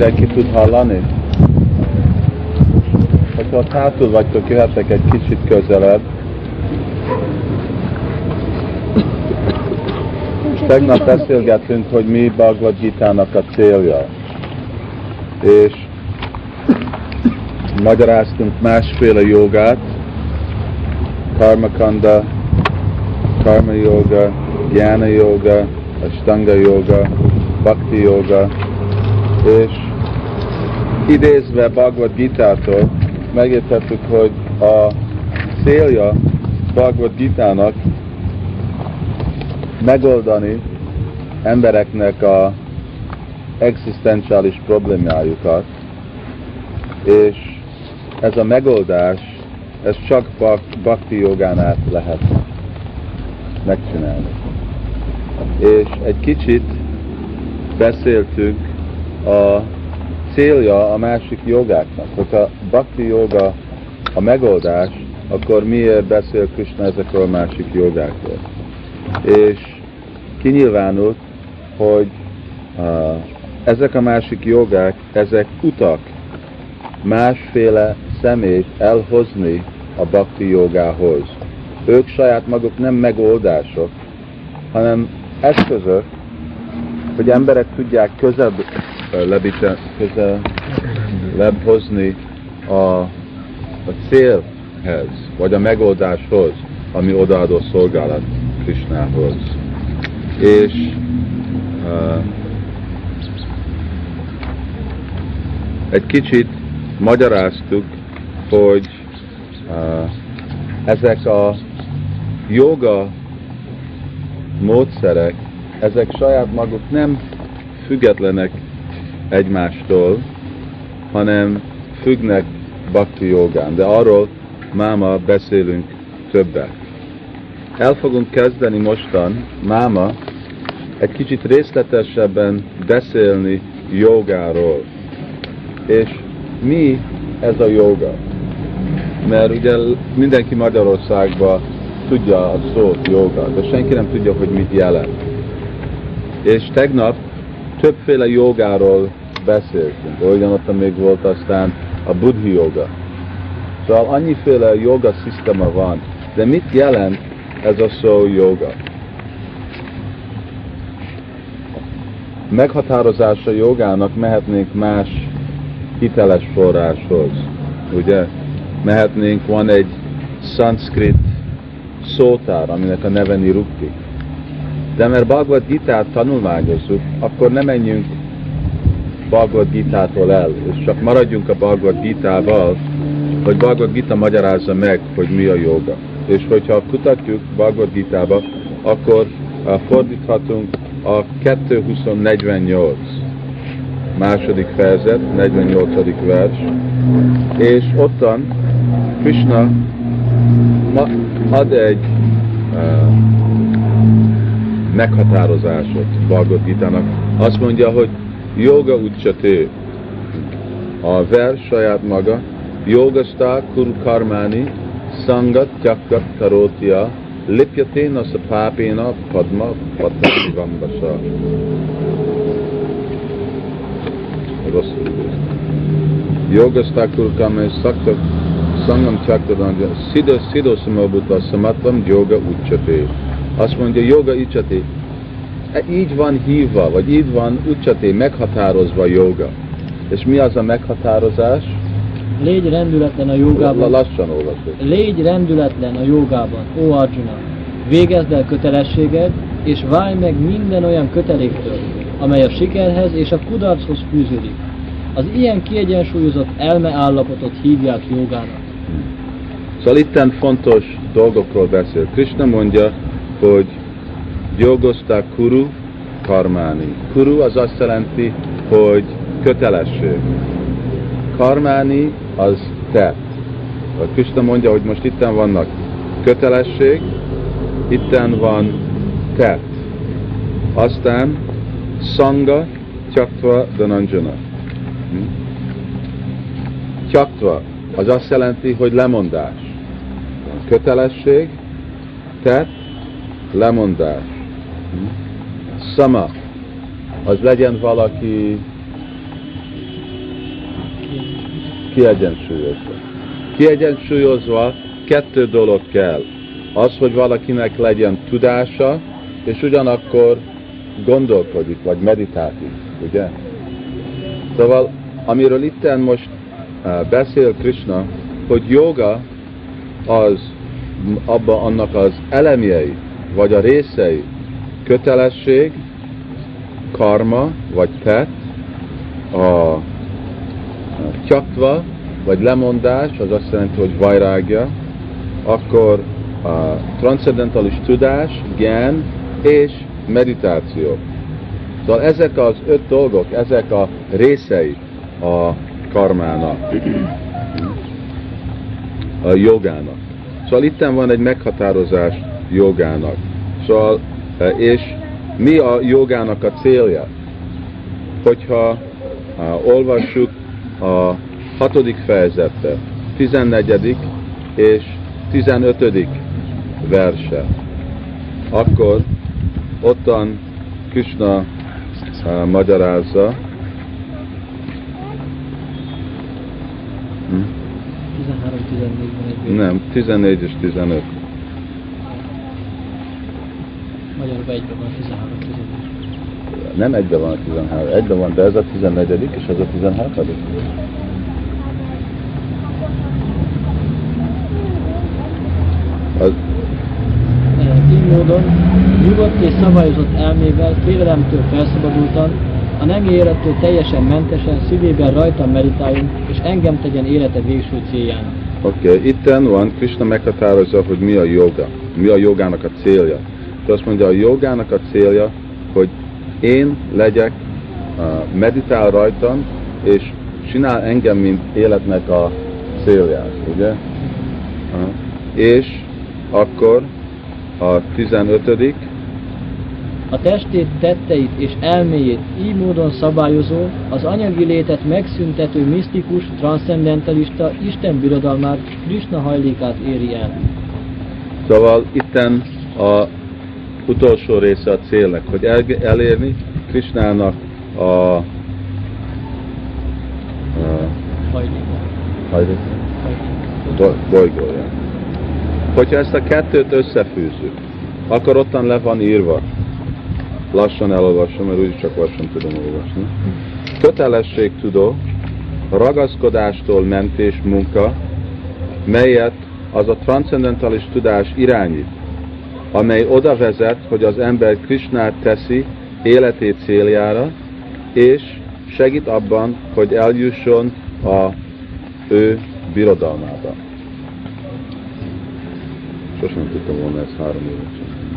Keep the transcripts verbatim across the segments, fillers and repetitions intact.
Mindenki tud hallani? Ha hátul vagytok, jöhettek egy kicsit közelebb. Tegnap beszélgettünk, hogy mi Bhagavad Gita-nak a célja. És magyaráztunk másféle jogát, karma kanda, karma yoga, jnana yoga, ashtanga yoga, bhakti yoga, és idézve Bhagavad Gita-tól megértettük, hogy a célja Bhagavad Gita-nak megoldani embereknek a egzisztenciális problémájukat, és ez a megoldás, ez csak bhakti jogán át lehet megcsinálni. És egy kicsit beszéltük a célja a másik jogáknak. Hogyha bhakti joga a megoldás, akkor miért beszél Krishna ezekről a másik jogákról? És kinyilvánult, hogy uh, ezek a másik jogák, ezek utak másféle személyt elhozni a bhakti jogához. Ők saját maguk nem megoldások, hanem eszközök, hogy emberek tudják közelebb, lebite, közelebb hozni a, a célhez, vagy a megoldáshoz, ami odaadó szolgálat Krishnához. És uh, egy kicsit magyaráztuk, hogy uh, ezek a joga módszerek, ezek saját maguk nem függetlenek egymástól, hanem függnek bhakti jogán. De arról máma beszélünk többet. El fogunk kezdeni mostan, máma, egy kicsit részletesebben beszélni jogáról. És mi ez a joga? Mert ugye mindenki Magyarországban tudja a szót joga, de senki nem tudja, hogy mit jelent. És tegnap többféle jogáról beszéltünk, ugyanott még volt aztán a buddhi joga. Szóval annyiféle joga szisztema van, de mit jelent ez a szó joga? Meghatározása jogának mehetnénk más hiteles forráshoz, ugye? Mehetnénk, van egy szanszkrit szótár, aminek a neve Nirukti. De mert Bhagavad Gitát tanulmányozzuk, akkor nem menjünk Bhagavad Gitától el, és csak maradjunk a Bhagavad Gitával, hogy Bhagavad Gita magyarázza meg, hogy mi a joga. És hogyha kutatjuk Bhagavad Gitába, akkor uh, fordíthatunk a kettő húsz negyvennyolc második fejezet, negyvennyolcadik vers, és ottan Krishna ad egy uh, meghatározásot Bhagavad Gitának. Azt mondja, hogy yoga uchyate, a vers saját maga, yogastha kuru karmani sangat tyakat karotia lipyate nasa pápéna padma padma vambasa. Rosszul idéztem. Yogastha kuru karmani sakta sangam tyakat siddha siddha samabhuta samatvam yoga uchyate. Azt mondja, yoga uchyate. Így van hívva, vagy így van uchyate, meghatározva joga. És mi az a meghatározás? Légy rendületlen a jogában. Lassan olvasod. Légy rendületlen a jogában, ó Arjuna. Végezd el kötelességed, és válj meg minden olyan köteléktől, amely a sikerhez és a kudarchoz fűződik. Az ilyen kiegyensúlyozott elmeállapotot hívják jogának. Szóval itten fontos dolgokról beszél. Krishna mondja, hogy yogastha kuru karmani. Kuru az azt jelenti, hogy kötelesség. Karmani az tett. A Krishna mondja, hogy most itten vannak kötelesség, itten van tett. Aztán sanga tyaktva dhananjana. Tyaktva az azt jelenti, hogy lemondás. Kötelesség, tett, lemondás. Sama, az legyen valaki kiegyensúlyozva. Kiegyensúlyozva kettő dolog kell. Az, hogy valakinek legyen tudása, és ugyanakkor gondolkodik, vagy meditátív, ugye? Szóval, amiről itten most uh, beszél Krishna, hogy joga az abba annak az elemjei, vagy a részei, kötelesség, karma, vagy pet, a tyaktva, vagy lemondás, az azt jelenti, hogy vajrágya, akkor a transzendentális tudás, gyán és meditáció. Szóval ezek az öt dolgok, ezek a részei a karmának, a jogának. Szóval itten van egy meghatározás jogának. Szóval, és mi a jogának a célja? Hogyha uh, olvassuk a hatodik fejezetet, tizennegyedik és tizenötödik verse, akkor ottan Krishna uh, magyarázza, hm? tizenhárom tizennégy Nem, tizennégy és tizenöt. Magyarban egyben van tizenhárom tizennégy. Nem egyben van a tizenhárom, egyben van, de ez a tizennegyedik és ez a tizenhatodik. Az... Így módon nyugodt és szabályozott elmével, félelemtől felszabadultan, a nem élettől teljesen mentesen szívében rajtam meditáljunk, és engem tegyen élete végső céljának. Oké, okay. Itten van, Krishna meghatározza, hogy mi a joga, mi a jogának a célja. De azt mondja, a jogának a célja, hogy én legyek, uh, meditál rajtam, és csinál engem, mint életnek a célját, ugye? Uh, és akkor a tizenötödik. A testét, tetteit és elméjét így módon szabályozó, az anyagi létet megszüntető misztikus, transzcendentalista Isten birodalmát, Krishna hajlékát éri el. Szóval itten a utolsó része a célnak, hogy el, elérni Krishnának a, a hajlékát, bolygója. Hogyha ezt a kettőt összefűzzük, akkor ottan le van írva. Lassan elolvasom, mert úgyis csak lassan tudom olvasni. Kötelességtudó, ragaszkodástól mentés munka, melyet az a transzcendentális tudás irányít, amely oda vezet, hogy az ember Krishnát teszi életét céljára, és segít abban, hogy eljusson a ő birodalmába. Sosem tudtam volna ezt három évet.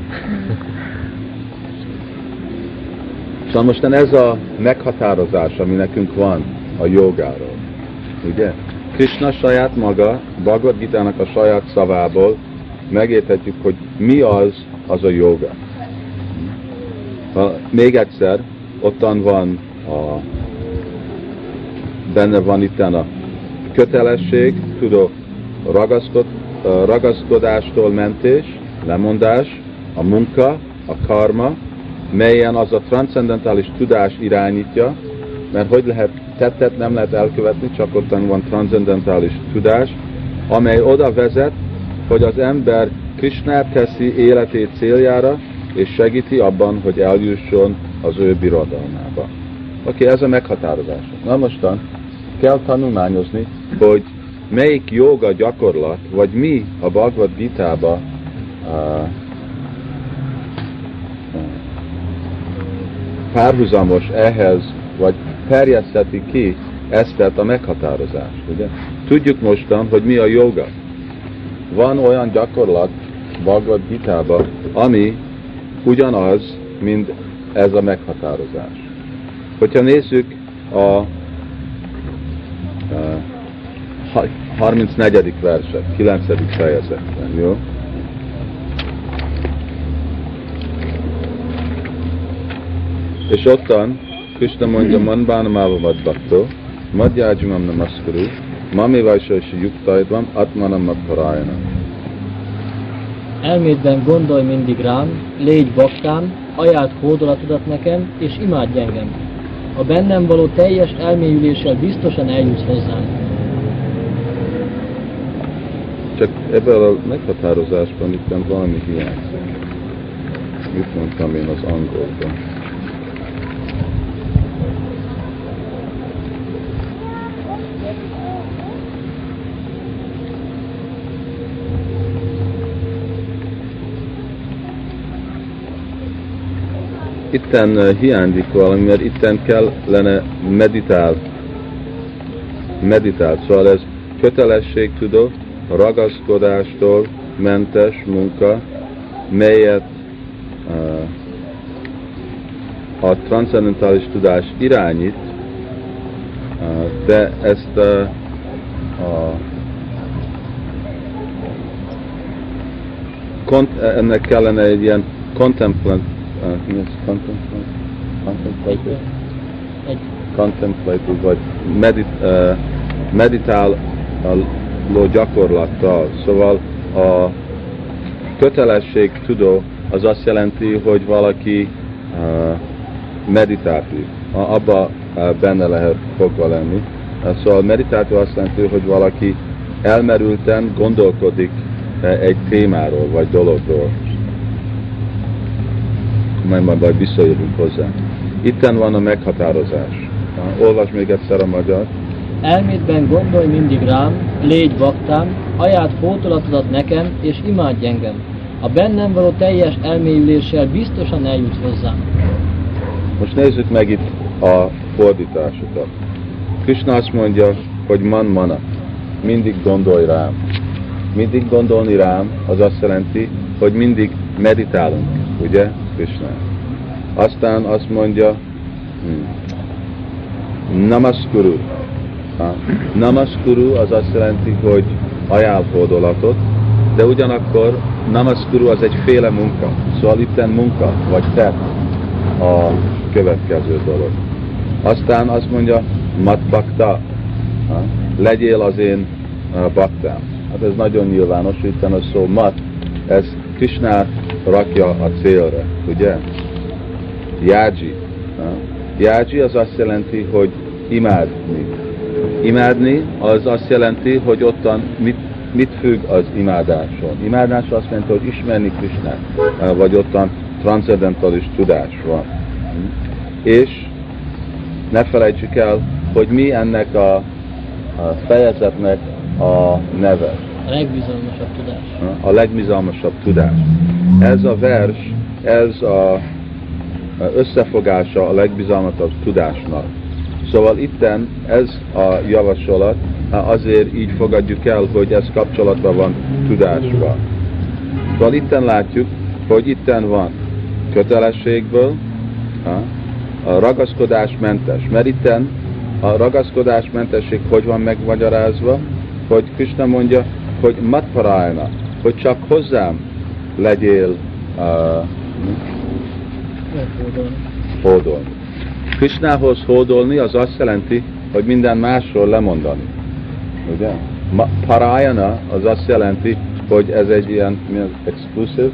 Szóval mostan ez a meghatározás, ami nekünk van a jogáról. Ugye? Krishna saját maga, Bhagavad Gita-nak a saját szavából megérthetjük, hogy mi az, az a joga. Ha, még egyszer, ottan van a, benne van itten a kötelesség, tudok ragaszkod, ragaszkodástól mentés, lemondás, a munka, a karma, melyen az a transzcendentális tudás irányítja, mert hogy lehet tettet nem lehet elkövetni, csak ottan van transzcendentális tudás, amely oda vezet, hogy az ember Krishnát teszi életét céljára, és segíti abban, hogy eljusson az ő birodalmába. Oké, okay, ez a meghatározás. Na mostan kell tanulmányozni, hogy melyik joga gyakorlat, vagy mi a Bhagavad Gita-ba uh, párhuzamos ehhez, vagy terjeszteti ki ezt a meghatározást. Ugye? Tudjuk mostan, hogy mi a joga. Van olyan gyakorlat Bhagavad Gita-ba, ami ugyanaz, mint ez a meghatározás. Hogyha nézzük a, a harmincnegyedik verset, kilencedik fejezetben, jó? És ottan Krishna mondja, Manbánamával vadbaktó, Madhyájjumam namaskuru, Mami vajsajsi juktajdvam, Atmanam madparájanam. Elmédben gondolj mindig rám, légy baktám, ajánld hódolatodat nekem, és imádj engem. A bennem való teljes elmélyüléssel biztosan eljutsz hozzám. csak ebből a meghatározásban itt valami hiányzik. Mit mondtam én az angolban? Itten uh, hiányzik valami, mert itten kellene meditál, meditál. Szóval ez kötelességtudó, ragaszkodástól mentes munka, melyet uh, a transzendentális tudás irányít, uh, de ezt uh, a kont, ennek kellene egy ilyen contemplant Uh, yes, contemplate, contemplative, contemplative, vagy medit, uh, meditáló gyakorlattal. Szóval a kötelesség tudó az azt jelenti, hogy valaki uh, meditátív. Abba uh, benne lehet fogva lenni. Uh, szóval meditátív azt jelenti, hogy valaki elmerülten gondolkodik uh, egy témáról, vagy dologról. Majd majd visszajövünk hozzá. Itten van a meghatározás. Olvasd még egyszer a magyar. Elmédben gondolj mindig rám, légy baktám, ajánld fótolatodat nekem, és imádj engem. A bennem való teljes elmélyüléssel biztosan eljutsz hozzám. Most nézzük meg itt a fordításokat. Krishna azt mondja, hogy man mana. Mindig gondolj rám. Mindig gondolni rám, az azt jelenti, hogy mindig meditálunk, ugye? Krishna. Aztán azt mondja, hmm, namaskuru. Ha? Namaskuru az azt jelenti, hogy ajánlfordulatot, de ugyanakkor namaskuru az egy féle munka. Szóval itten munka, vagy tett a következő dolog. Aztán azt mondja, mat bakta. Ha? Legyél az én baktám. Hát ez nagyon nyilvános, itten a szó mat, ez Krishnát rakja a célra, ugye? Jágyi. Jágyi az azt jelenti, hogy imádni. Imádni az azt jelenti, hogy ottan mit, mit függ az imádáson. Imádás azt jelenti, hogy ismerni Krishnát, vagy ottan transzendentális tudás van. És ne felejtsük el, hogy mi ennek a, a fejezetnek a neve. A legbizalmasabb tudás. A legbizalmasabb tudás. Ez a vers, ez a összefogása a legbizalmasabb tudásnak. Szóval itten ez a javasolat, azért így fogadjuk el, hogy ez kapcsolatban van tudásban. Szóval itten látjuk, hogy itten van kötelességből a ragaszkodásmentes. Mert itten a ragaszkodásmentesség hogy van megmagyarázva, hogy Krishna mondja, hogy matparajna, hogy csak hozzám legyél uh, hódolni. Krishnához hódolni az azt jelenti, hogy minden másról lemondani. Ugye? Parajana az azt jelenti, hogy ez egy ilyen mi az, exclusive?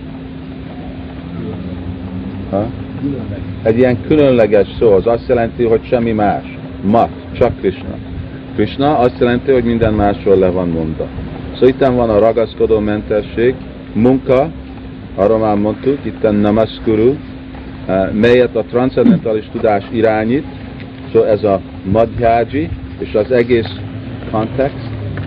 Ha? Egy ilyen különleges szó, az azt jelenti, hogy semmi más. Mat, csak Krishna. Krishna azt jelenti, hogy minden másról le van mondva. Szóval itten van a ragaszkodó mentesség, munka, arra már mondtuk, itten namaskuru, melyet a transzendentális tudás irányít, szóval ez a madhyaji, és az egész kontext,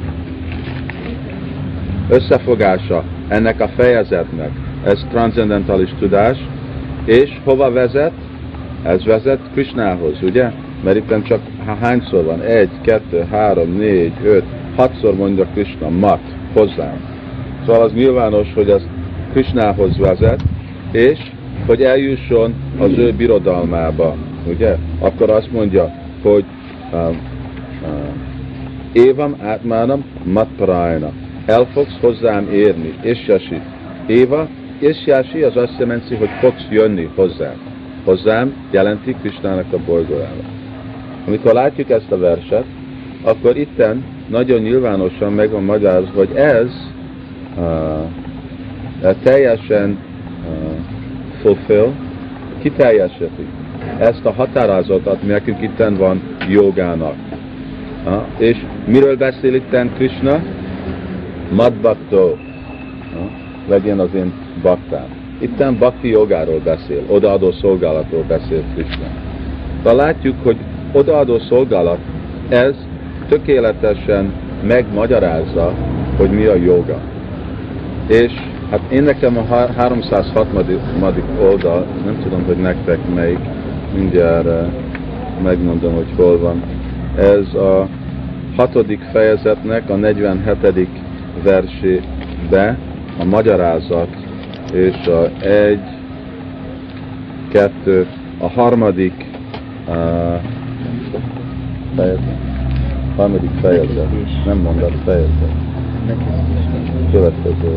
összefogása ennek a fejezetnek, ez transzendentális tudás, és hova vezet? Ez vezet Krishnához, ugye? Mert itt csak hányszor van? Egy, kettő, három, négy, öt, hatszor mondja Krishna, mat, hozzám. Szóval az nyilvános, hogy ez Krishnához vezet, és hogy eljusson az ő birodalmába, ugye? Akkor azt mondja, hogy uh, uh, évam átmánam matparajna. El fogsz hozzám érni, Isyasi. Éva, Isyasi az azt jelenti, hogy fogsz jönni hozzám. Hozzám jelenti Krishnának a bolygójára. Amikor látjuk ezt a verset, akkor itten nagyon nyilvánosan meg van magyarázva, hogy ez uh, teljesen uh, fulfill, kiteljesíti ezt a határozatot, nekünk itten van jogának. Uh, és miről beszél itten Krishna? Madbhaktó, legyen az én baktám. Itten bhakti jogáról beszél, odaadó szolgálatról beszél Krishna. De látjuk, hogy odaadó szolgálat, ez tökéletesen megmagyarázza, hogy mi a joga. És hát én nekem a háromszázhatvadik oldal, nem tudom, hogy nektek melyik, mindjárt uh, megmondom, hogy hol van. Ez a hatodik fejezetnek a negyvenhetedik versébe a magyarázat, és a egy, kettő, a harmadik uh, fejezet, harmadik fejezet, nem mondat, fejezet. Következő.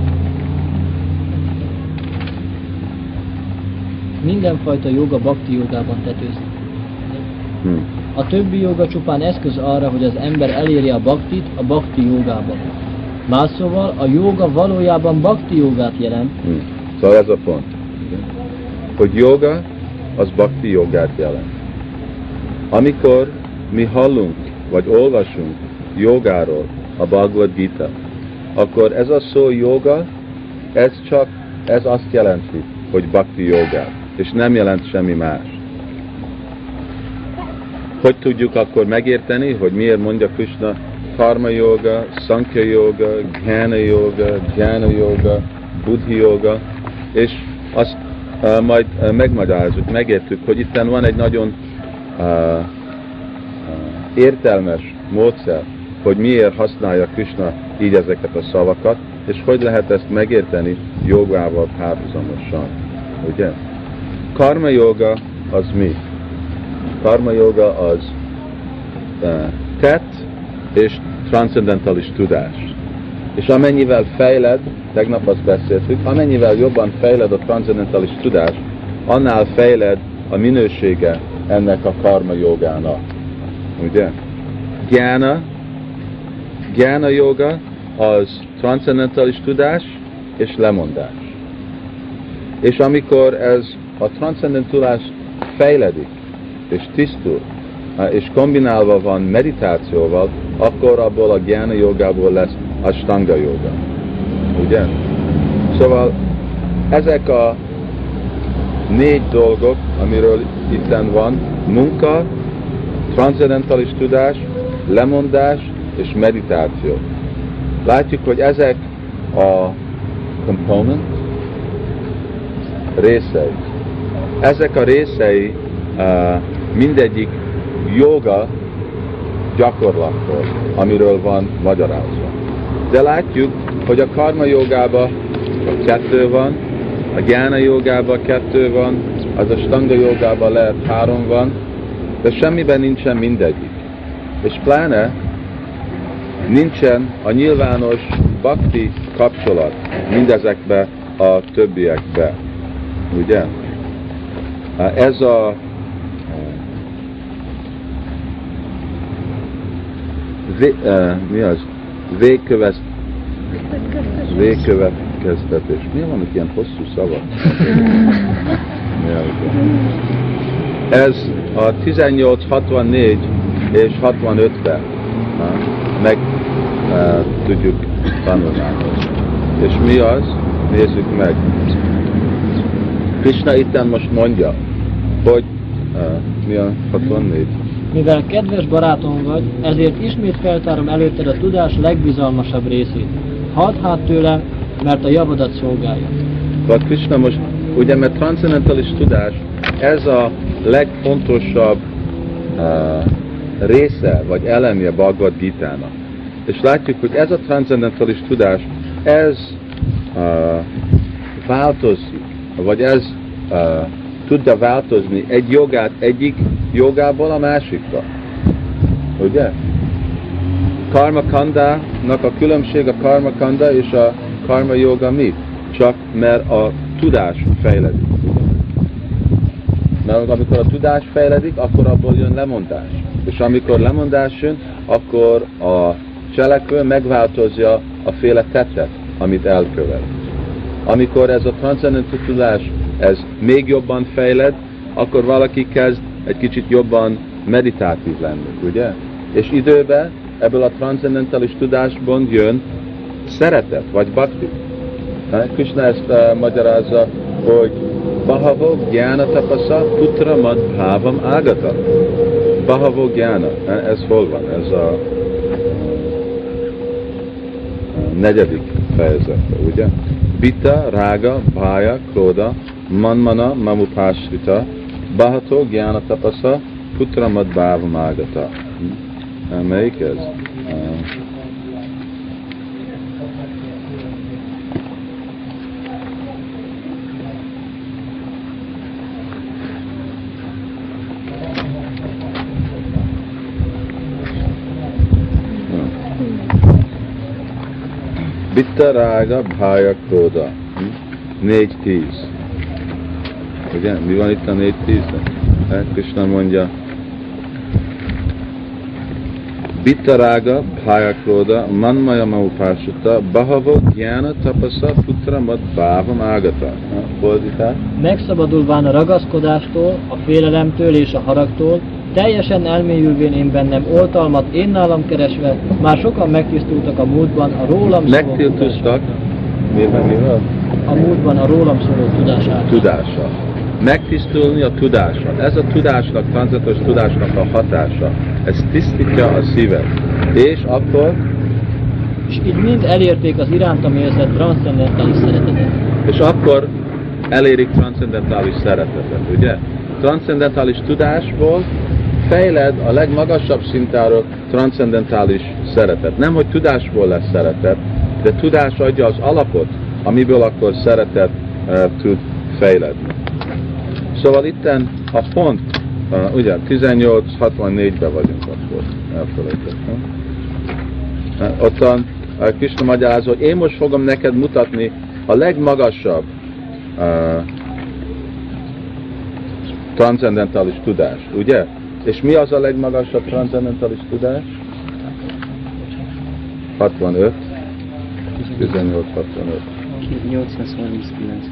Mindenfajta joga bhakti jogában tetőzik. Hmm. A többi joga csupán eszköz arra, hogy az ember elérje a bhaktit a bhakti jogában. Más szóval a joga valójában bhakti jogát jelent. Hmm. Szóval ez a pont. Hogy joga, az bhakti jogát jelent. Amikor mi hallunk, vagy olvasunk jogáról a Bhagavad Gita, akkor ez a szó joga, ez csak, ez azt jelenti, hogy bhakti jogát, és nem jelent semmi más. Hogy tudjuk akkor megérteni, hogy miért mondja Krishna karma yoga, sankhya yoga, jnana yoga, dhyana yoga, buddhi yoga, és azt uh, majd uh, megmagyarázzuk, megértük, hogy itten van egy nagyon uh, uh, értelmes módszer, hogy miért használja Krishna így ezeket a szavakat, és hogy lehet ezt megérteni jogával párhuzamosan. Ugye? Karma yoga az mi? Karma yoga az uh, tett és transzendentális tudás. És amennyivel fejled, tegnap azt beszéltük, amennyivel jobban fejled a transzendentális tudás, annál fejled a minősége ennek a karma jogának. Ugye? Gyána, gyána joga az transzendentális tudás és lemondás. És amikor ez a transzcendent tudás fejledik és tisztul, és kombinálva van meditációval, akkor abból a gyána jogából lesz ashtanga joga. Ugye? Szóval ezek a négy dolgok, amiről itten van, munka, transzendentális tudás, lemondás és meditáció. Látjuk, hogy ezek a component részei. Ezek a részei uh, mindegyik joga gyakorlattól, amiről van magyarázva. De látjuk, hogy a karma jogában kettő van, a gyána jogában kettő van, az a stanga jogában lehet három van, de semmiben nincsen mindegyik. És pláne nincsen a nyilvános bhakti kapcsolat mindezekbe a többiekbe. Ugye? Ez a vé, uh, mi az? Végkövet, végkövetkeztetés. Miért vannak ilyen hosszú szavak? Ez a tizennyolc hatvannégy és hatvanötben meg uh, tudjuk tanulmányozni. És mi az? Nézzük meg. Krishna itten most mondja, hogy uh, mi a hatvannégy? Mivel kedves barátom vagy, ezért ismét feltárom előtted a tudás legbizalmasabb részét. Hadd hát tőlem, mert a javadat szolgálja. Vagy Krishna most, ugye, mert transzendentális tudás, ez a legfontosabb uh, része, vagy elemje Bhagavad Gita-nak. És látjuk, hogy ez a transzendentális tudás, ez uh, változik, vagy ez uh, tudja változni egy jogát egyik jogából a másikba. Ugye? Karma kandának a különbség a karma kanda és a karma joga mi? Csak mert a tudás fejledik. Mert amikor a tudás fejledik, akkor abból jön lemondás. És amikor lemondás jön, akkor a cselekvő megváltozja a féle tettet, amit elkövet. Amikor ez a transzcendentális tudás ez még jobban fejled, akkor valaki kezd egy kicsit jobban meditátív lenni, ugye? És időben ebből a transzcendentális tudásból jön szeretet, vagy bhakti. Krishna ezt uh, magyarázza, hogy Bahavo Gyana Tapasa Putra Mad Bhavam Ágata. Bahavo Gyana, ez hol van? Ez a negyedik fejezetben, ugye? Vita, Rága, Bhaya, Króda, Manmana, Mamupásrita, Bahato Gyana Tapasa Putra Mad Bhavam Ágata. Hm? Melyik ez? Vitta, Rága, Bhaya, Króda. négy tíz. Ugye? Mi van itt a négy tízben? Krishna mondja. Vitta, Rága, Bhaya, Króda, Manmaya Maupásita, Bahavo Gyana Tapasa Putra Mad Bhavam Ágata. Fordítás. Megszabadulván a ragaszkodástól, a félelemtől és a haragtól, teljesen elmélyülvén én bennem oltalmat én nálam keresve, már sokan megtisztultak a múltban a rólam szóló Megtisztultak. Miért mi van? A múltban a rólam szóló tudására. Tudása. Megtisztulni a tudással. Ez a tudásnak, transzcendentális tudásnak a hatása. Ez tisztítja a szívet. És akkor... És így mind elérték az irántam érzett transzcendentális szeretetet. És akkor elérik transzcendentális szeretetet, ugye? Transzcendentális tudásból fejled a legmagasabb szintáról transzcendentális szeretet. Nem, hogy tudásból lesz szeretet, de tudás adja az alapot, amiből akkor szeretet uh, tud fejledni. Szóval itten a pont, uh, ugye tizennyolc hatvannégyben vagyunk akkor, elfelejtettem. Uh, ottan uh, Krishna magyarázza, hogy én most fogom neked mutatni a legmagasabb uh, transzcendentális tudás, ugye? És mi az a legmagasabb transzcendentális tudás? hatvanöt, tizennyolc hatvanöt. nyolcszázharminckilenc.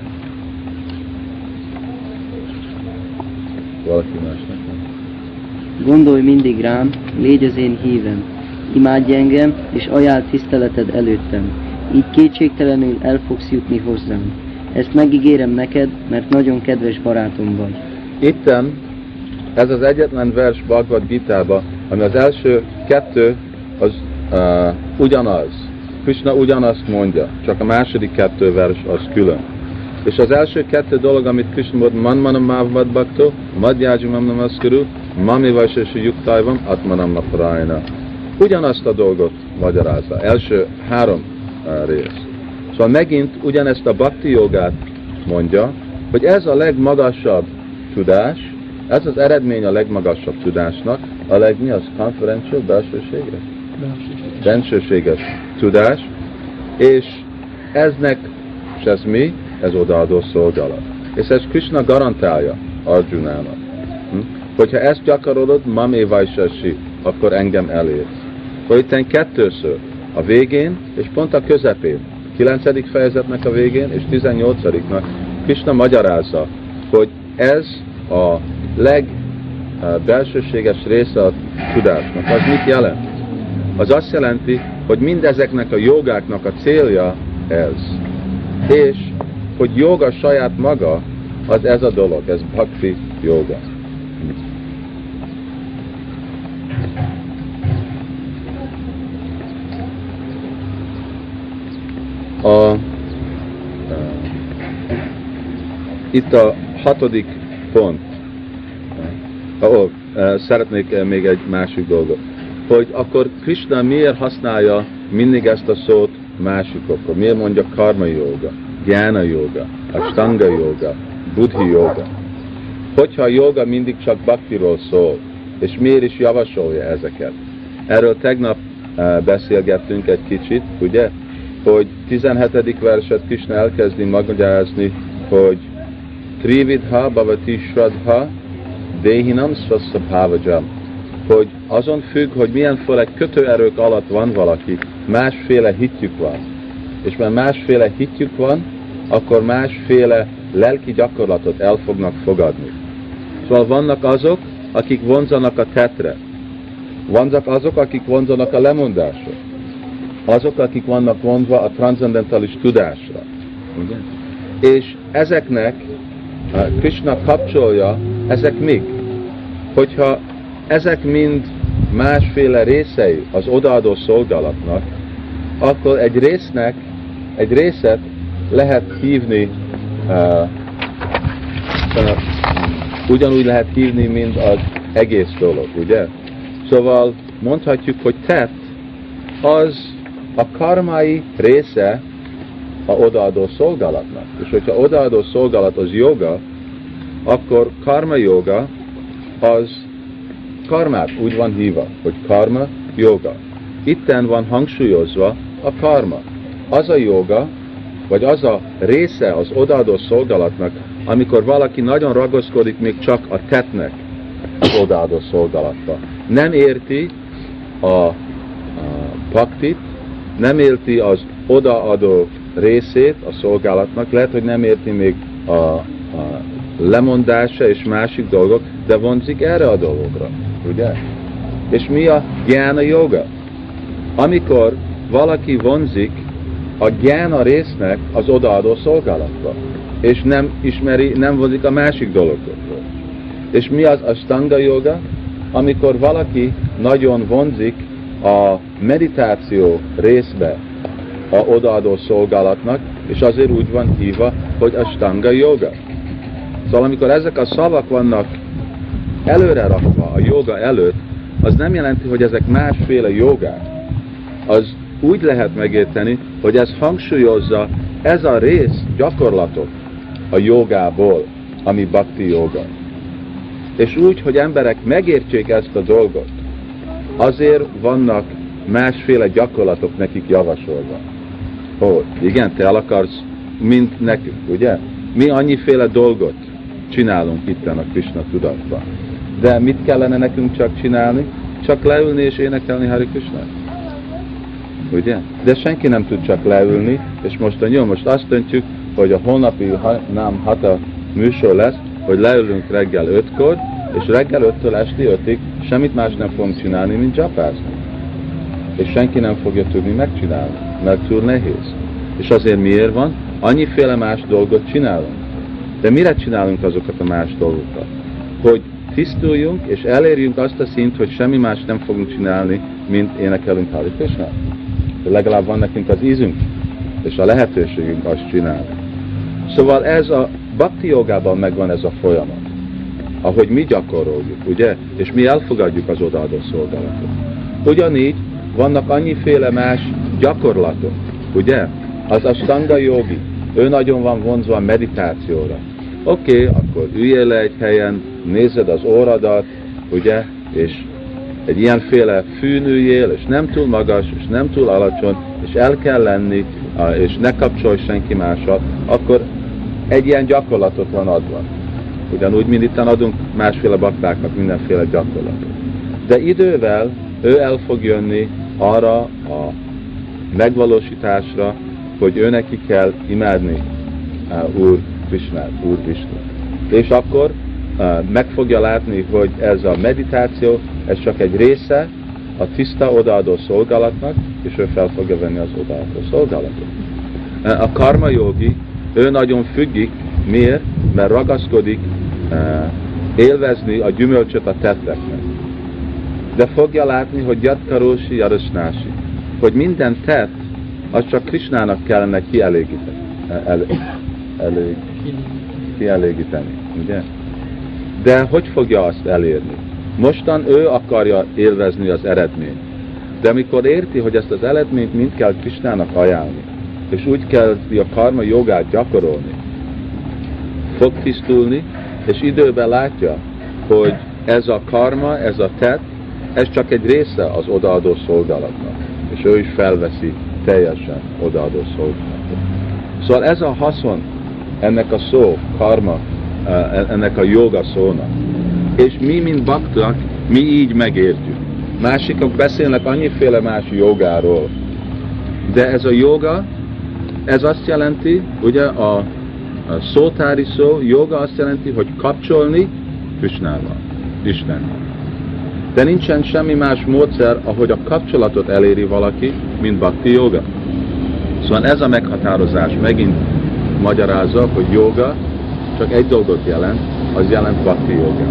Valaki másnak? Gondolj mindig rám, légy az én hívem. Imádj engem, és ajánld tiszteleted előttem. Így kétségtelenül el fogsz jutni hozzám. Ezt megígérem neked, mert nagyon kedves barátom vagy. Itten ez az egyetlen vers Bhagavad Gitában, ami az első kettő az uh, ugyanaz. Krishna ugyanazt mondja, csak a második kettő vers az külön. És az első kettő dolog, amit Krishna mond, Manmanam Mávvad Bhakto, Madhyájumam Namaskuru, Mami Vajsesi Yuktajvam, Atmanam Naparajna. Ugyanazt a dolgot magyarázza, első három uh, rész. Szóval megint ugyanezt a bhakti jogát mondja, hogy ez a legmagasabb tudás, ez az eredmény a legmagasabb tudásnak, a leg mi az? Conferential, belsőséges? Bensőséges tudás, és eznek, és ez mi? Ez odaadó szolgálat. És ez Krishna garantálja Arjunának. Hm? Hogyha ezt gyakorolod, Mame Vajsasi, akkor engem elérsz. Hogy itten kettőször, a végén, és pont a közepén, kilencedik fejezetnek a végén, és tizennyolcadiknak Krishna magyarázza, hogy ez a legbelsőséges része a tudásnak. Az mit jelent? Az azt jelenti, hogy mindezeknek a jogáknak a célja ez. És hogy joga saját maga, az ez a dolog, ez bhakti joga. A, uh, itt a hatodik pont. Uh, oh, uh, szeretnék uh, még egy másik dolgot. Hogy akkor Krishna miért használja mindig ezt a szót másikokról? Miért mondja karma yoga, gyána yoga, ashtanga yoga, buddhi yoga? Hogyha a joga mindig csak bhaktiról szól, és miért is javasolja ezeket? Erről tegnap uh, beszélgettünk egy kicsit, ugye? Hogy tizenhetedik verset Krishna elkezdi magyarázni, hogy Trividha bhavati shraddha dehinam swassa bhavajam, hogy azon függ, hogy milyenféle kötőerők alatt van valaki, másféle hitjük van. És mert másféle hitjük van, akkor másféle lelki gyakorlatot el fognak fogadni. Szóval vannak azok, akik vonzanak a tetre. Vannak azok, akik vonzanak a lemondásra. azok, akik vannak vonva a transzendentális tudásra. Ugye? És ezeknek Krishna kapcsolja, ezek mik? Hogyha ezek mind másféle részei az odaadó szolgálatnak, akkor egy résznek, egy részet lehet hívni, uh, uh, ugyanúgy lehet hívni, mint az egész dolog, ugye? Szóval mondhatjuk, hogy tett az a karmai része a odaadó szolgálatnak. És hogyha odaadó szolgálat az joga, akkor karma joga az karmát úgy van hívva, hogy karma joga. Itten van hangsúlyozva a karma. Az a joga, vagy az a része az odaadó szolgálatnak, amikor valaki nagyon ragaszkodik még csak a tettnek az odaadó szolgálatba. Nem érti a, a paktit, nem érti az odaadó részét a szolgálatnak, lehet, hogy nem érti még a, a lemondása és másik dolgok, de vonzik erre a dologra, ugye? És mi a gyána joga? Amikor valaki vonzik a gyána résznek az odaadó szolgálatba, és nem ismeri, nem vonzik a másik dologokról. És mi az ashtanga joga? Amikor valaki nagyon vonzik a meditáció részbe a odaadó szolgálatnak, és azért úgy van hívva, hogy ashtanga joga. Szóval amikor ezek a szavak vannak előre rakva a joga előtt, az nem jelenti, hogy ezek másféle jogák. Az úgy lehet megérteni, hogy ez hangsúlyozza ez a rész gyakorlatok a jogából, ami bhakti joga. És úgy, hogy emberek megértsék ezt a dolgot, azért vannak másféle gyakorlatok nekik javasolva. Ó, igen, te el akarsz, mint nekünk, ugye? Mi annyiféle dolgot csinálunk itten a Krishna tudatban. De mit kellene nekünk csak csinálni? Csak leülni és énekelni Hare Krishnát. Ugye? De senki nem tud csak leülni, és most jó, most azt döntjük, hogy a holnapi nem hata műsor lesz, hogy leülünk reggel ötkor, és reggel öttől esti ötig semmit más nem fogunk csinálni, mint japázni. És senki nem fogja tudni megcsinálni, mert túl nehéz. És azért miért van? Annyiféle más dolgot csinálunk. De mire csinálunk azokat a más dolgokat? Hogy tisztuljunk, és elérjünk azt a szint, hogy semmi más nem fogunk csinálni, mint énekelünk Hare Krishnát. De legalább van nekünk az ízünk, és a lehetőségünk azt csinálni. Szóval ez a bhakti jogában megvan ez a folyamat. Ahogy mi gyakoroljuk, ugye? És mi elfogadjuk az odaadó szolgálatot. Ugyanígy vannak annyiféle más gyakorlatok, ugye? Az ashtanga jogi, ő nagyon van vonzva a meditációra. Oké, okay, akkor üljél le egy helyen, nézed az óradat, ugye? És egy ilyenféle fűn üljél, és nem túl magas, és nem túl alacsony, és el kell lenni, és ne kapcsolj senki mással, akkor egy ilyen gyakorlatot van adva. Ugyanúgy, mint itt adunk másféle baktáknak mindenféle gyakorlatot. De idővel ő el fog jönni arra a megvalósításra, hogy ő neki kell imádni uh, Úr Krishnát, Úr Visnut. És akkor uh, meg fogja látni, hogy ez a meditáció, ez csak egy része a tiszta odaadó szolgálatnak, és ő fel fogja venni az odaadó szolgálatot. Uh, a karma jogi, ő nagyon függik, miért? Mert ragaszkodik uh, élvezni a gyümölcsöt a tetteknek. De fogja látni, hogy Yatkarosi Yarasnási, hogy minden tett, az csak Krishnának kellene kielégíteni. El, elég, kielégíteni, ugye? De hogy fogja azt elérni? Mostan ő akarja élvezni az eredményt. De amikor érti, hogy ezt az eredményt mind kell Krishnának ajánlni, és úgy kell a karma jogát gyakorolni, fog tisztulni, és időben látja, hogy ez a karma, ez a tett, ez csak egy része az odaadó szolgálatnak. És ő is felveszi teljesen odaadó szolgálatot. Szóval ez a haszon ennek a szó, karma, ennek a joga szónak. És mi, mint bakták, mi így megértjük. Másikok beszélnek annyiféle más jogáról. De ez a joga, ez azt jelenti, ugye a, a szótári szó, joga azt jelenti, hogy kapcsolni Krishnával, Istennel. De nincsen semmi más módszer, ahogy a kapcsolatot eléri valaki, mint bhakti joga. Szóval ez a meghatározás megint magyarázza, hogy joga csak egy dolgot jelent, az jelent bhakti joga.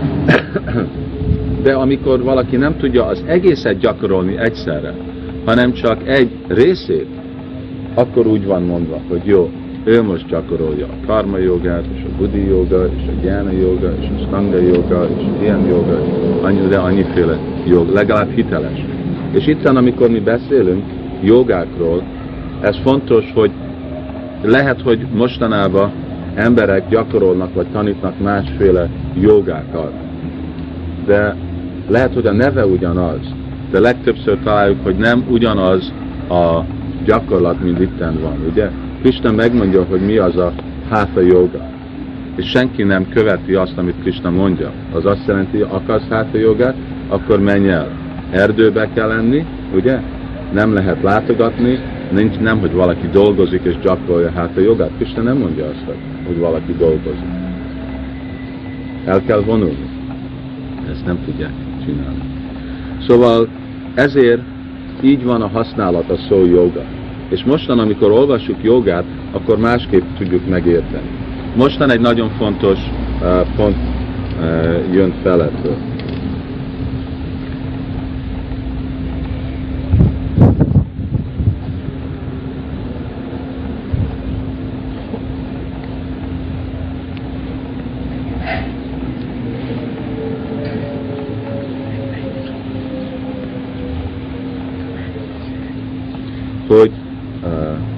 De amikor valaki nem tudja az egészet gyakorolni egyszerre, hanem csak egy részét, akkor úgy van mondva, hogy jó, ő most gyakorolja a karma jogát, és a buddhi joga, és a gyána joga, és a stanga joga, és ilyen joga, annyi, de annyiféle jog, legalább hiteles. És itten, amikor mi beszélünk jogákról, ez fontos, hogy lehet, hogy mostanában emberek gyakorolnak, vagy tanítnak másféle jogákat. De lehet, hogy a neve ugyanaz, de legtöbbször találjuk, hogy nem ugyanaz a gyakorlat, mint itten van, ugye? Krishna megmondja, hogy mi az a hatha joga, és senki nem követi azt, amit Krishna mondja. Az azt jelenti, hogy akarsz hatha jogát, akkor menj el. Erdőbe kell lenni, ugye? Nem lehet látogatni, nincs, nem, hogy valaki dolgozik és gyakorolja hatha jogát. Krishna nem mondja azt, hogy valaki dolgozik. El kell vonulni. Ezt nem tudják csinálni. Szóval ezért így van a használat a szó joga. És mostan, amikor olvassuk jogát, akkor másképp tudjuk megérteni. Mostan egy nagyon fontos uh, pont uh, jön fel ebből. Hogy uh,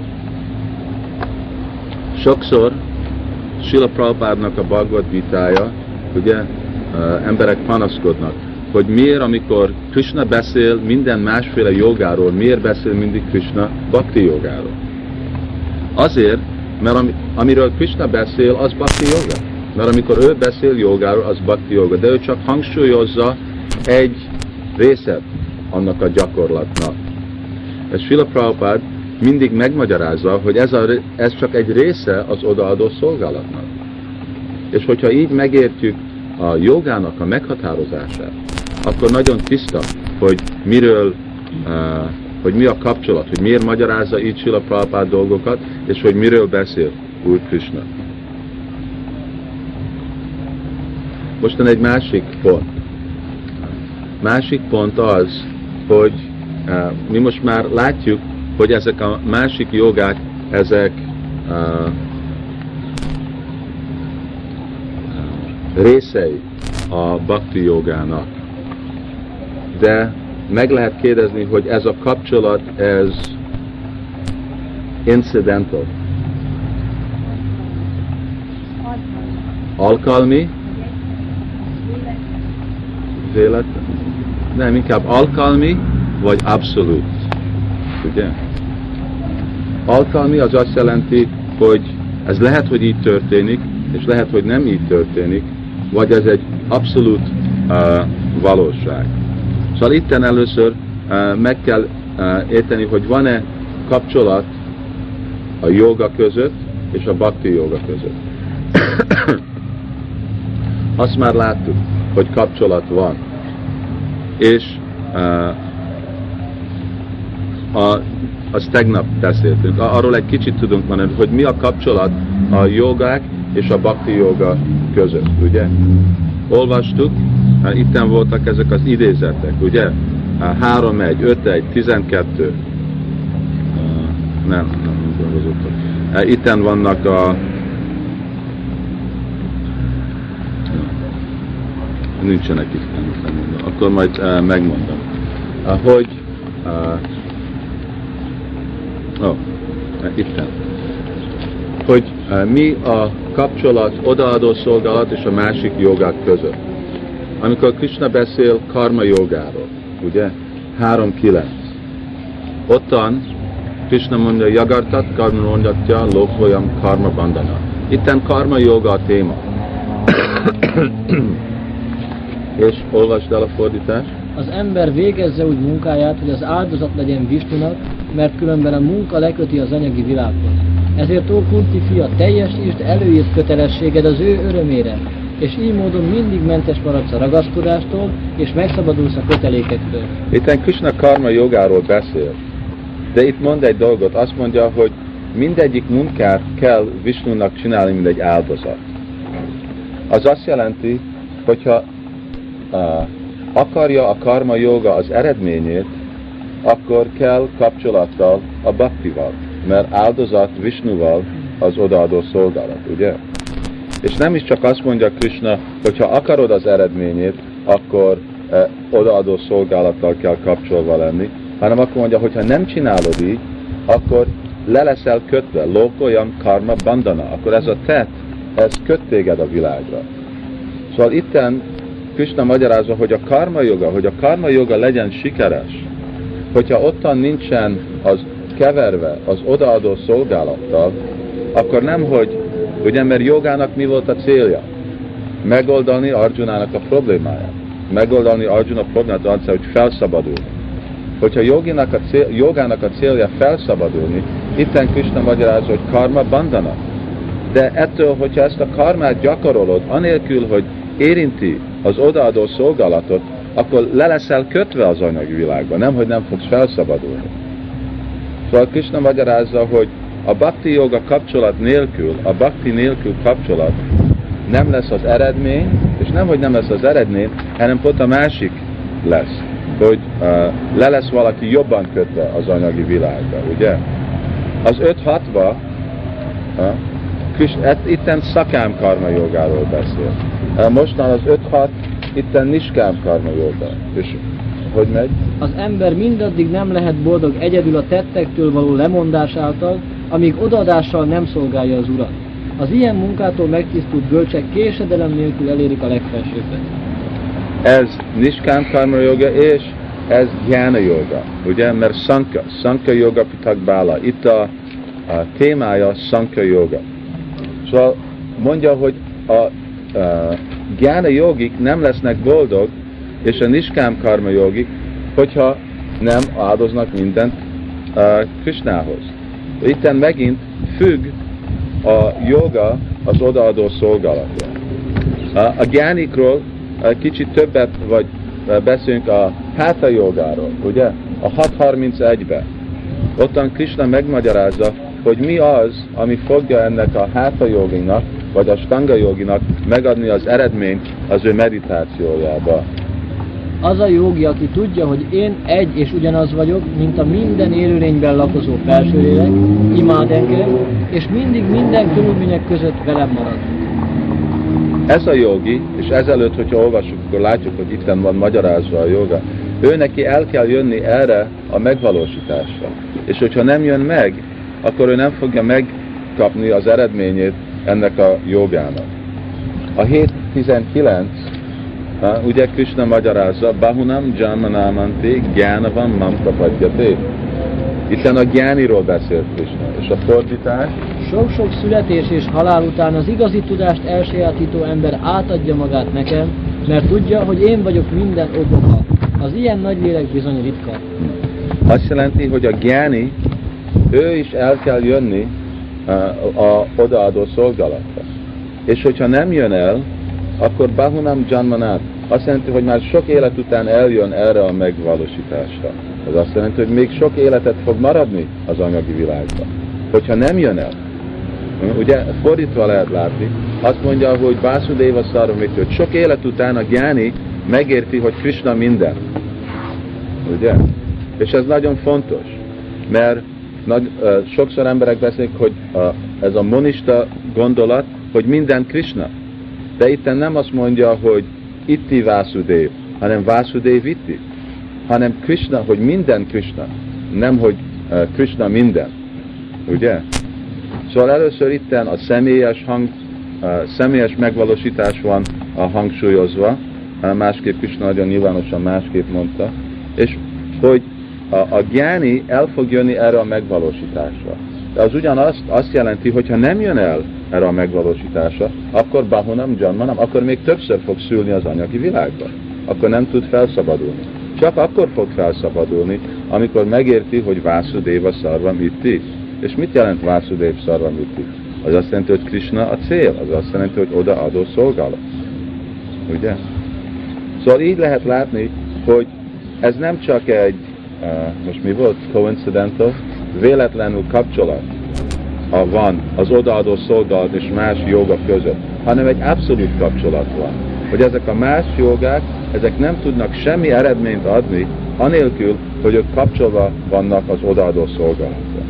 sokszor Srila Prabhupádnak a Bhagavad Gitája, ugye, uh, emberek panaszkodnak, hogy miért, amikor Krishna beszél minden másféle jogáról, miért beszél mindig Krishna bhakti jogáról. Azért, mert ami, amiről Krishna beszél, az bhakti joga. Mert amikor ő beszél jogáról, az bhakti joga, de ő csak hangsúlyozza egy részet annak a gyakorlatnak. Ez Srila Prabhupád mindig megmagyarázza, hogy ez, a, ez csak egy része az odaadó szolgálatnak. És hogyha így megértjük a jogának a meghatározását, akkor nagyon tiszta, hogy miről, uh, hogy mi a kapcsolat, hogy miért magyarázza így Srila Prabhupád dolgokat, és hogy miről beszél Úr Krishna. Mostan egy másik pont. Másik pont az, hogy Uh, mi most már látjuk, hogy ezek a másik jogák, ezek uh, részei a bhakti jogának. De meg lehet kérdezni, hogy ez a kapcsolat, ez incidental. Alkalmi? Véletlen? Nem, inkább alkalmi, vagy abszolút. Ugye? Alkalmi az azt jelenti, hogy ez lehet, hogy így történik, és lehet, hogy nem így történik, vagy ez egy abszolút uh, valóság. Szóval itten először uh, meg kell uh, érteni, hogy van-e kapcsolat a joga között és a bhakti joga között. Azt már láttuk, hogy kapcsolat van. És uh, A, azt tegnap beszéltünk, arról egy kicsit tudunk mondani, hogy mi a kapcsolat a jogák és a bhakti joga között, ugye? Olvastuk, itten voltak ezek az idézetek, ugye? három egy, öt egy, tizenkettő, nem, nem gondolkozottak. Itten vannak a nincsenek itt, nem mondom. Akkor majd megmondom, hogy Oh, itten. Hogy uh, mi a kapcsolat odaadó szolgálat és a másik jogák között. Amikor Krishna beszél karma jogáról, ugye? három kilenc. Ottan Krishna mondja, jagartat, karma mondatja, lófolyam, karma bandana. Itten karma joga a téma. És olvasd el a fordítást. Az ember végezze úgy munkáját, hogy az áldozat legyen Visnunak, mert különben a munka leköti az anyagi világot. Ezért, ó Kunti fia, teljesítsd előírt kötelességed az ő örömére, és így módon mindig mentes maradsz a ragaszkodástól, és megszabadulsz a kötelékektől. Itt Krishna karma jogáról beszél, de itt mond egy dolgot, azt mondja, hogy mindegyik munkát kell Visnunak csinálni, mint egy áldozat. Az azt jelenti, hogyha uh, akarja a karma joga az eredményét, akkor kell kapcsolattal a bhaktival, mert áldozat Visnuval az odaadó szolgálat, ugye? És nem is csak azt mondja Krishna, hogyha akarod az eredményét, akkor eh, odaadó szolgálattal kell kapcsolva lenni, hanem akkor mondja, hogyha nem csinálod így, akkor le leszel kötve, lokoyam karma bandana, akkor ez a tett, ez köt téged a világra. Szóval itten Krishna magyarázza, hogy a karma joga, hogy a karma joga legyen sikeres, hogyha ottan nincsen az keverve az odaadó szolgálattal, akkor nem, hogy, ugye, mert jogának mi volt a célja? Megoldani Arjunának a problémáját. Megoldani Arjuna problémát, az, hogy felszabadulni. Hogyha joginak a cél, jogának a célja felszabadulni, itten Krishna magyarázza, hogy karma bandana. De ettől, hogyha ezt a karmát gyakorolod, anélkül, hogy érinti az odaadó szolgálatot, akkor le leszel kötve az anyagi világban, nem, hogy nem fogsz felszabadulni. Szóval Krishna magyarázza, hogy a bhakti joga kapcsolat nélkül, a bhakti nélkül kapcsolat nem lesz az eredmény, és nem, hogy nem lesz az eredmény, hanem pont a másik lesz, hogy uh, le lesz valaki jobban kötve az anyagi világba, ugye? Az öt hatba uh, itten szakám karma jogáról beszél. Uh, mostan az öt hat itten niskám karma joga. És hogy megy? Az ember mindaddig nem lehet boldog egyedül a tettektől való lemondás által, amíg odaadással nem szolgálja az Urat. Az ilyen munkától megtisztult bölcsek késedelem nélkül elérik a legfelsőbbet. Ez niskám karma joga, és ez jnana joga, ugye? Mert sanka, sanka joga pitak bála. Itt a, a témája sanka joga. Szóval mondja, hogy a, a jnana jogik nem lesznek boldog, és a niskám karma jogik, hogyha nem áldoznak mindent uh, Krishnához. Itten megint függ a joga az odaadó szolgálatra. Uh, a gyánikról uh, kicsit többet vagy uh, beszélünk a hatha jogáról, ugye? A hat harmincegyben. Ottan Krishna megmagyarázza, hogy mi az, ami fogja ennek a hatha joginak, vagy a stanga joginak megadni az eredményt az ő meditációjába. Az a jogi, aki tudja, hogy én egy és ugyanaz vagyok, mint a minden élőlényben lakozó felső lélek, imád engem, és mindig minden körülmények között velem marad. Ez a jogi, és ezelőtt, hogyha olvassuk, akkor látjuk, hogy itten van magyarázva a joga, ő neki el kell jönni erre a megvalósításra. És hogyha nem jön meg, akkor ő nem fogja megkapni az eredményét ennek a jogának. A hét tizenkilenc, ha, ugye Krishna magyarázza, Bahunam Janmanamanti Gyánavam Mam Kapadjate. Itten a gyániról beszélt Krishna, és a fordítás. Sok-sok születés és halál után az igazi tudást elsajátító ember átadja magát nekem, mert tudja, hogy én vagyok minden okoka. Az ilyen nagy lélek bizony ritka. Azt jelenti, hogy a gyáni, ő is el kell jönni a, a odaadó szolgálatra. És hogyha nem jön el, akkor Bahunam Janmanat azt jelenti, hogy már sok élet után eljön erre a megvalósításra. Ez azt jelenti, hogy még sok életet fog maradni az anyagi világban. Hogyha nem jön el, ugye fordítva lehet látni, azt mondja, hogy Vásudeva Szarvamiti, hogy sok élet után a gyáni megérti, hogy Krishna minden. Ugye? És ez nagyon fontos, mert nagy, uh, sokszor emberek beszélnek, hogy uh, ez a monista gondolat, hogy minden Krishna. De itt nem azt mondja, hogy itti Vásudev, hanem Vásudev itti, hanem Krishna, hogy minden Krishna, nem hogy uh, Krishna minden. Ugye? Szóval először itten a személyes, hang, uh, személyes megvalósítás van a hangsúlyozva, uh, másképp Krishna nagyon nyilvánosan másképp mondta, és hogy a, a gyáni el fog jönni erre a megvalósításra. De az ugyanazt azt jelenti, hogy ha nem jön el erre a megvalósításra, akkor Bahunam Janmanam, akkor még többször fog szülni az anyagi világban. Akkor nem tud felszabadulni. Csak akkor fog felszabadulni, amikor megérti, hogy Vásudeva Szarvamiti. És mit jelent Vásudev Szarvamiti? Az azt jelenti, hogy Krishna a cél, az azt jelenti, hogy odaadó szolgálat. Ugye? Szóval így lehet látni, hogy ez nem csak egy, uh, most mi volt? Coincidental? Véletlenül kapcsolat a van az odaadó szolgálat és más joga között, hanem egy abszolút kapcsolat van. Hogy ezek a más jogák, ezek nem tudnak semmi eredményt adni, anélkül, hogy ők kapcsolva vannak az odaadó szolgálatra.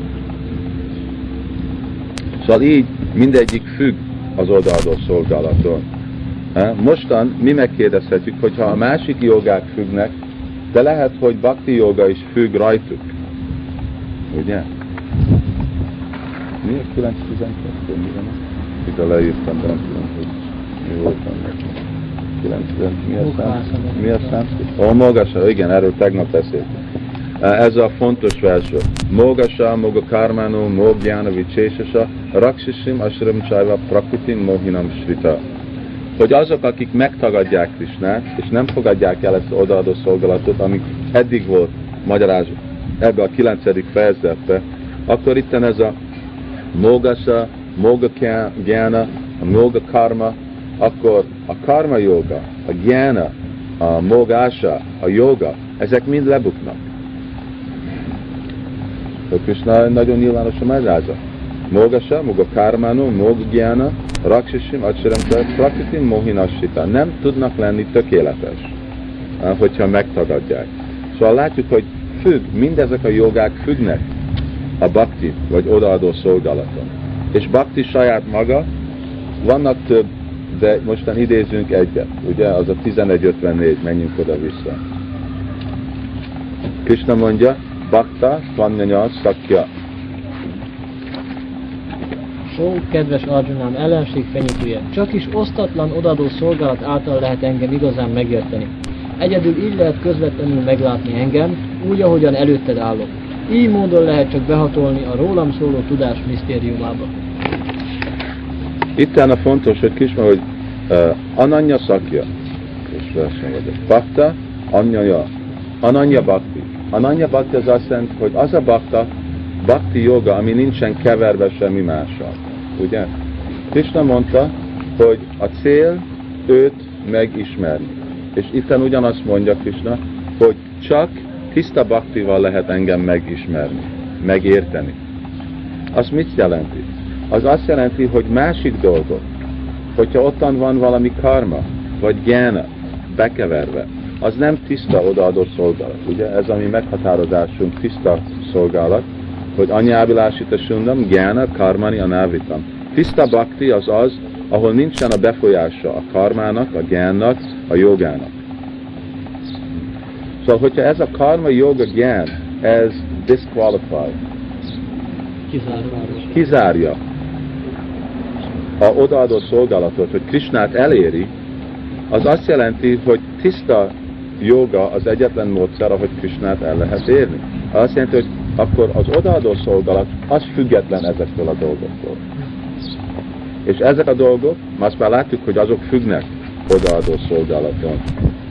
Szóval így mindegyik függ az odaadó szolgálaton. Mostan mi megkérdezhetjük, hogyha a másik jogák függnek, de lehet, hogy bhakti joga is függ rajtuk. Ugye? Mi a kilenc tizenkettő? Itt a leírtam, de nem tudom, hogy mi voltam meg. kilencven, mi a szám? Mi a szám? Ó, Mogasa, igen, erről tegnap beszéltünk. Ez a fontos vers. Mogasa, Moga Karmano, Mogyana, Vicsésasa, Raksisim, Ashram Csajva, Prakritin, Mohinam Srita. Hogy azok, akik megtagadják Krisnát, és nem fogadják el ezt az odaadó szolgálatot, amik eddig volt magyarázva ebbe a kilencedik fejezetbe, akkor itten ez a Mogasa, Moga Gyana, a Moga Karma, akkor a karma joga, a gyána, a mogasa, a joga, ezek mind lebuknak. A Krishna nagyon nyilvánosan magyarázza. Mogasa, moga karmano, moga gyána, raksisim, acsaram, prakritim, mohinasita. Nem tudnak lenni tökéletes, hogyha megtagadják. Szóval látjuk, hogy függ, mindezek a jogák függnek a bhakti, vagy odaadó szolgálaton. És bhakti saját maga, vannak több, de mostan idézünk egyet, ugye, az a tizenegy ötvennégy, menjünk oda-vissza. Krishna mondja, Bhakta Svanyanya Sakya. Ó, kedves Arjunám, ellenség fenyítője, csak is osztatlan odadó szolgálat által lehet engem igazán megérteni. Egyedül így lehet közvetlenül meglátni engem, úgy, ahogyan előtted állok. Így módon lehet csak behatolni a rólam szóló tudás misztériumába. Itten a fontos, hogy Krishna, hogy uh, Ananya Sakya, és versen vagyok, Bhakta, Anyaya, Ananya Bhakti. Ananya Bhakti az azt jelenti, hogy az a Bhakta, Bhakti joga, ami nincsen keverve semmi mással. Ugye? Krishna mondta, hogy a cél őt megismerni. És itten ugyanazt mondja Krishna, hogy csak tiszta Bhaktival lehet engem megismerni, megérteni. Az mit jelenti? Az azt jelenti, hogy másik dolgok, hogyha ottan van valami karma, vagy gyána bekeverve, az nem tiszta odaadó szolgálat. Ugye ez a mi meghatározásunk, tiszta szolgálat, hogy anyávilásita sundam, gyána, karmani, anávitam. Tiszta bhakti az az, ahol nincsen a befolyása a karmának, a gyánnak, a jogának. Szóval, hogyha ez a karma, joga, gyán, ez disqualified, kizárja a odaadó szolgálatot, hogy Krishnát eléri, az azt jelenti, hogy tiszta joga az egyetlen módszer, ahogy Krishnát el lehet érni. Azt jelenti, hogy akkor az odaadó szolgálat az független ezektől a dolgoktól. És ezek a dolgok, azt már látjuk, hogy azok függnek odaadó szolgálaton.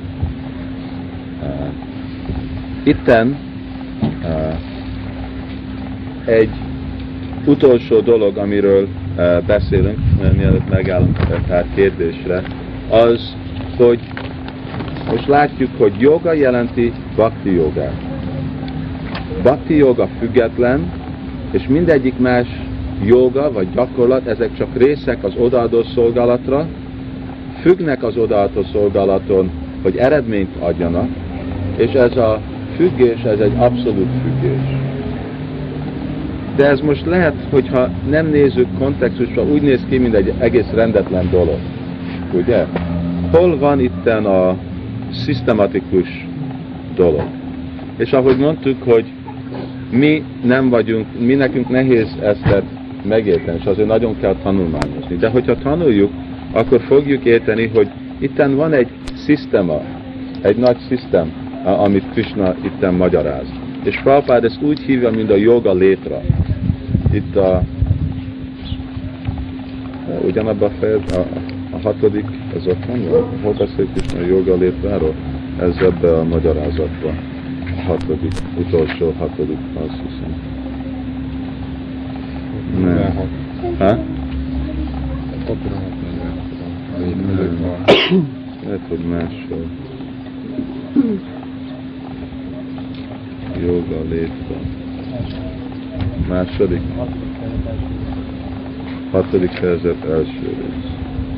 Uh, itten uh, egy utolsó dolog, amiről uh, beszélünk, mielőtt megállunk pár kérdésre, az, hogy most látjuk, hogy joga jelenti bhakti jogát. Bhakti joga független, és mindegyik más joga vagy gyakorlat, ezek csak részek az odaadó szolgálatra, függnek az odaadó szolgálaton, hogy eredményt adjanak, és ez a függés, ez egy abszolút függés. De ez most lehet, hogyha nem nézzük kontextusra, úgy néz ki, mint egy egész rendetlen dolog. Ugye? Hol van itten a szisztematikus dolog? És ahogy mondtuk, hogy mi nem vagyunk, mi nekünk nehéz ezt megérteni, és azért nagyon kell tanulmányozni. De hogyha tanuljuk, akkor fogjuk érteni, hogy itten van egy szisztema, egy nagy szisztem, amit Krishna itten magyaráz. És Prabhupád ezt úgy hívja, mint a joga létra. Itt a ugyanabban a fejez, a, a hatodik, ez ott van, hol beszél Krishna a joga létráról? Ez ebben a magyarázatban. A hatodik, utolsó hatodik, azt hiszem. Nem. Ha? Lehet, hogy máshol. Joga létre. Második. Hatodik fejezet első rész.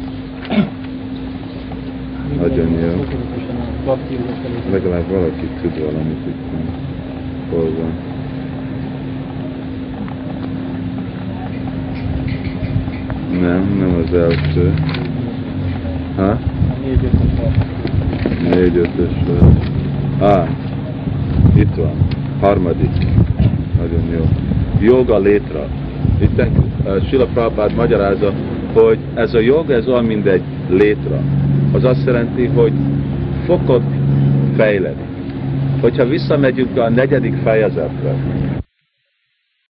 Nagyon jó. Legalább valaki tud valamit itt. Hol van? Nem, nem az első. Ha? Négy ötös volt. Ah, itt van. Harmadik. Nagyon jó. Joga létre. Itt uh, Srila Prabhupád magyarázza, hogy ez a joga, ez olyan, mint egy létre. Az azt jelenti, hogy fokot fejlődik. Hogyha visszamegyünk a negyedik fejezetre,